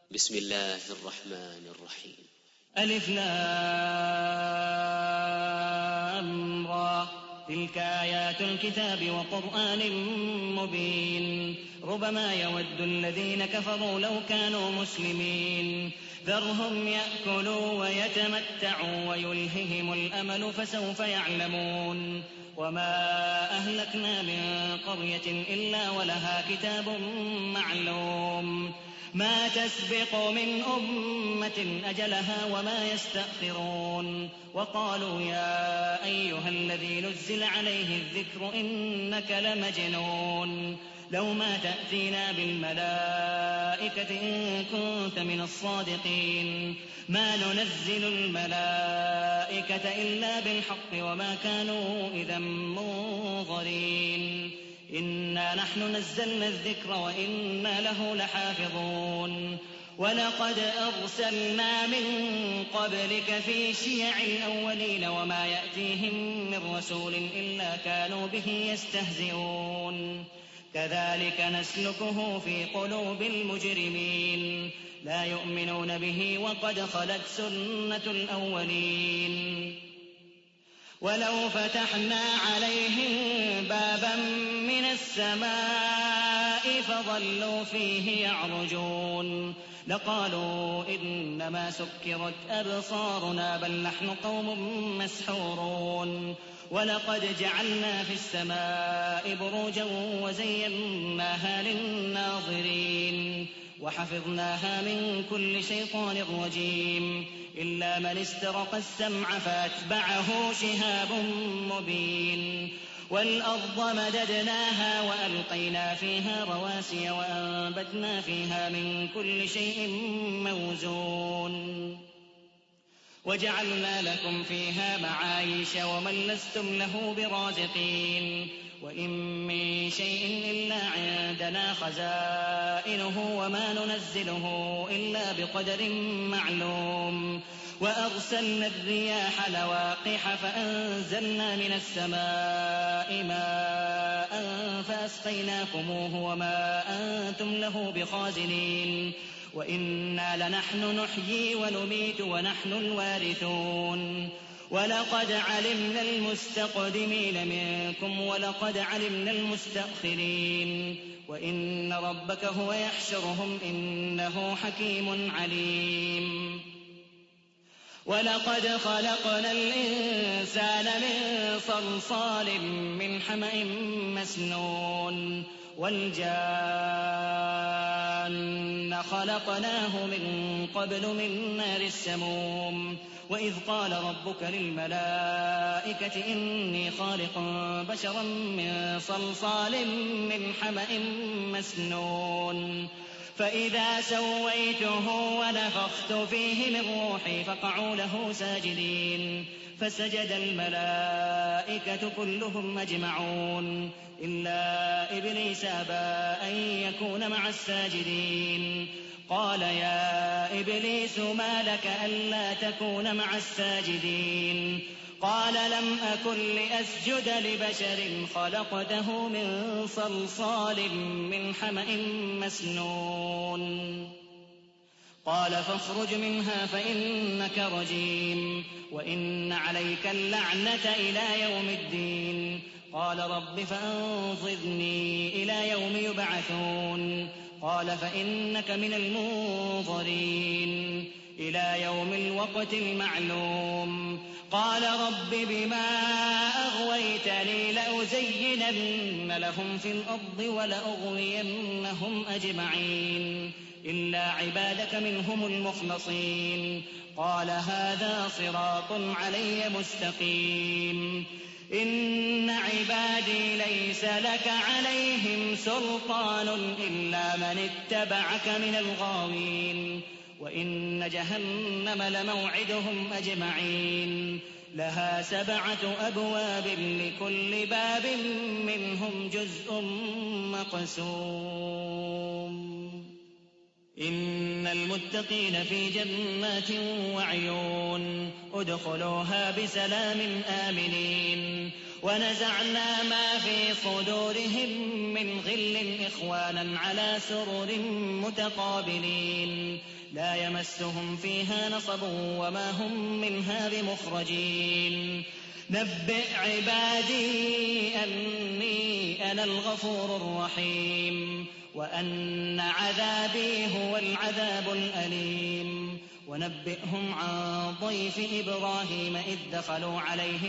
بسم الله الرحمن الرحيم. ألف لام را تلك آيات الكتاب وقرآن مبين ربما يود الذين كفروا لو كانوا مسلمين ذرهم يأكلوا ويتمتعوا ويلههم الأمل فسوف يعلمون وما أهلكنا من قرية إلا ولها كتاب معلوم ما تسبق من أمة أجلها وما يستأخرون وقالوا يا أيها الذي نزل عليه الذكر إنك لمجنون لو ما تأتينا بالملائكة إن كنت من الصادقين ما ننزل الملائكة إلا بالحق وما كانوا إذا منظرين إنا نحن نزلنا الذكر وإنا له لحافظون ولقد أرسلنا من قبلك في شيع الأولين وما يأتيهم من رسول إلا كانوا به يستهزئون كذلك نسلكه في قلوب المجرمين لا يؤمنون به وقد خلت سنة الأولين ولو فتحنا عليهم بابا من السماء فظلوا فيه يعرجون لقالوا إنما سكرت أبصارنا بل نحن قوم مسحورون ولقد جعلنا في السماء بروجا وزيناها للناظرين وحفظناها من كل شيطان رجيم إلا من استرق السمع فأتبعه شهاب مبين والأرض مددناها وألقينا فيها رواسي وأنبتنا فيها من كل شيء موزون وجعلنا لكم فيها معايش ومن لستم له برازقين وإن من شيء إلا عندنا خزائنه وما ننزله إلا بقدر معلوم وأرسلنا الرياح لواقح فأنزلنا من السماء ماء فأسقيناكموه وما أنتم له بخازنين وإنا لنحن نحيي ونميت ونحن الوارثون ولقد علمنا المستقدمين منكم ولقد علمنا المستأخرين وإن ربك هو يحشرهم إنه حكيم عليم ولقد خلقنا الإنسان من صلصال من حمأ مسنون والجان خلقناه من قبل من نار السموم وإذ قال ربك للملائكة إني خالق بشرا من صلصال من حمأ مسنون فإذا سويته ونفخت فيه من روحي فقعوا له ساجدين فسجد الملائكة كلهم أجمعون إلا إبليس أبى أن يكون مع الساجدين قال يا إبليس ما لك ألا تكون مع الساجدين قال لم أكن لأسجد لبشر خلقته من صلصال من حمأ مسنون قال فاخرج منها فإنك رجيم وإن عليك اللعنة إلى يوم الدين قال رب فأنظرني إلى يوم يبعثون قال فإنك من المنظرين إلى يوم الوقت المعلوم قال رب بما أغويتني لأزينن لهم في الأرض ولأغوينهم أجمعين إلا عبادك منهم المخلصين قال هذا صراط علي مستقيم إن عبادي ليس لك عليهم سلطان إلا من اتبعك من الغاوين وإن جهنم لموعدهم أجمعين لها 7 أبواب لكل باب منهم جزء مقسوم إن المتقين في جنات وعيون ادخلوها بسلام آمنين ونزعنا ما في صدورهم من غل إخوانا على سرر متقابلين لا يمسهم فيها نصب وما هم منها بمخرجين نبئ عبادي أني أنا الغفور الرحيم وأن عذابي هو العذاب الأليم ونبئهم عن ضيف إبراهيم إذ دخلوا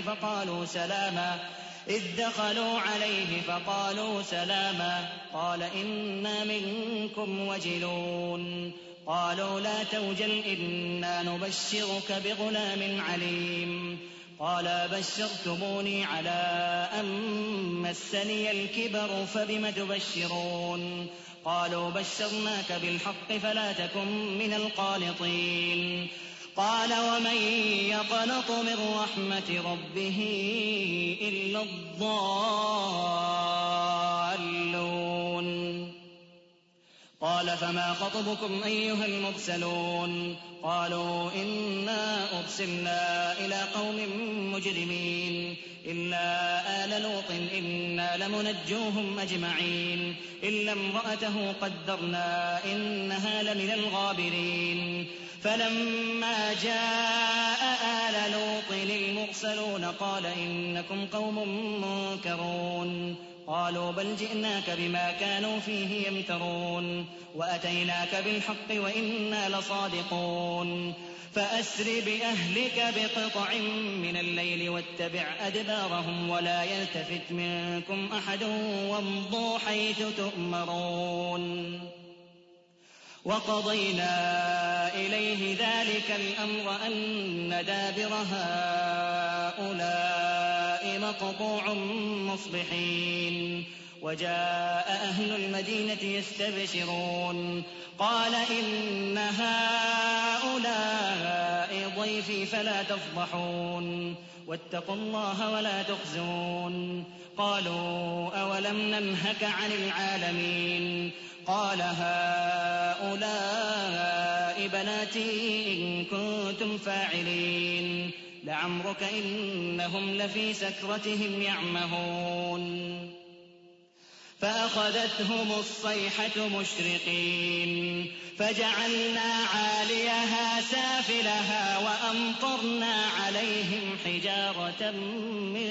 عليه فقالوا سلاما قال إنا منكم وجلون قالوا لا توجل إنا نبشرك بغلام عليم قال بشرتموني على أن مسني الكبر فبم تبشرون قالوا بشرناك بالحق فلا تكن من القانطين قال ومن يقنط من رحمة ربه إلا الضالون قال فما خطبكم أيها المرسلون قالوا إنا أرسلنا إلى قوم مجرمين إلا آل لوط إنا لمنجوهم أجمعين إلا امرأته قدرنا إنها لمن الغابرين فلما جاء آل لوط المرسلون قال إنكم قوم منكرون قالوا بل جئناك بما كانوا فيه يمترون وأتيناك بالحق وإنا لصادقون فأسر بأهلك بقطع من الليل واتبع أدبارهم ولا يلتفت منكم أحد وامضوا حيث تؤمرون وقضينا إليه ذلك الأمر أن دابر هؤلاء مقطوع مصبحين وجاء أهل المدينة يستبشرون قال إن هؤلاء ضيفي فلا تفضحون واتقوا الله ولا تخزون قالوا أولم ننهك عن العالمين قال هؤلاء بناتي إن كنتم فاعلين لعمرك إنهم لفي سكرتهم يعمهون فأخذتهم الصيحة مشرقين فجعلنا عاليها سافلها وأمطرنا عليهم حجارة من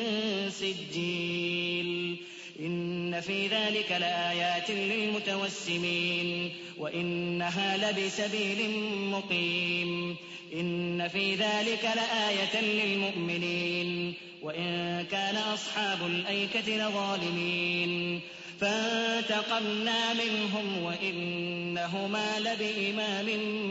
سجيل إن في ذلك لآيات للمتوسمين وإنها لبسبيل مقيم إن في ذلك لآية للمؤمنين وإن كان أصحاب الأيكة لظالمين فانتقمنا منهم وإنهما لبإمام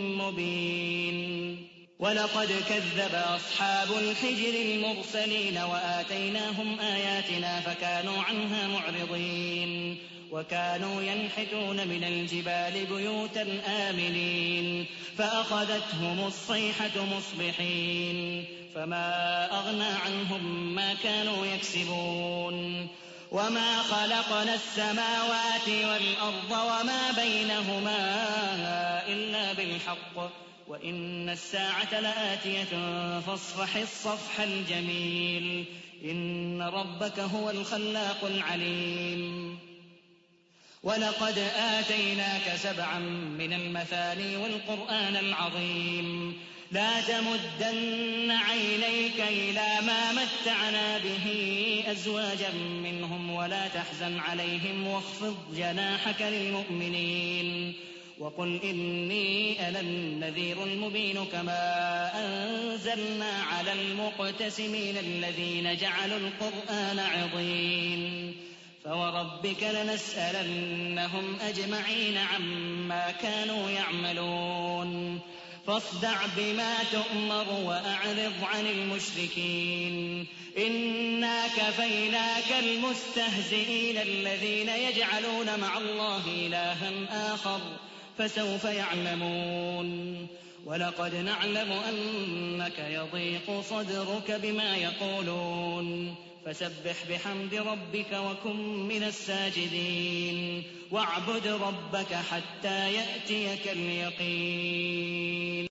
مبين ولقد كذب أصحاب الحجر المرسلين وآتيناهم آياتنا فكانوا عنها معرضين وكانوا ينحتون من الجبال بيوتا آمنين فأخذتهم الصيحة مصبحين فما أغنى عنهم ما كانوا يكسبون وما خلقنا السماوات والأرض وما بينهما إلا بالحق وإن الساعة لآتية فاصفح الصفح الجميل إن ربك هو الخلاق العليم ولقد آتيناك 7 من المثاني والقرآن العظيم لا تمدن عينيك إلى ما متعنا به أزواجا منهم ولا تحزن عليهم واخفض جناحك للمؤمنين وقل إني أنا النذير المبين كما أنزلنا على المقتسمين الذين جعلوا القرآن عضين فوربك لنسألنهم أجمعين عما كانوا يعملون فاصدع بما تؤمر وأعرض عن المشركين إنا كفيناك المستهزئين الذين يجعلون مع الله إلها آخر فسوف يعلمون ولقد نعلم أنك يضيق صدرك بما يقولون فسبح بحمد ربك وكن من الساجدين واعبد ربك حتى يأتيك اليقين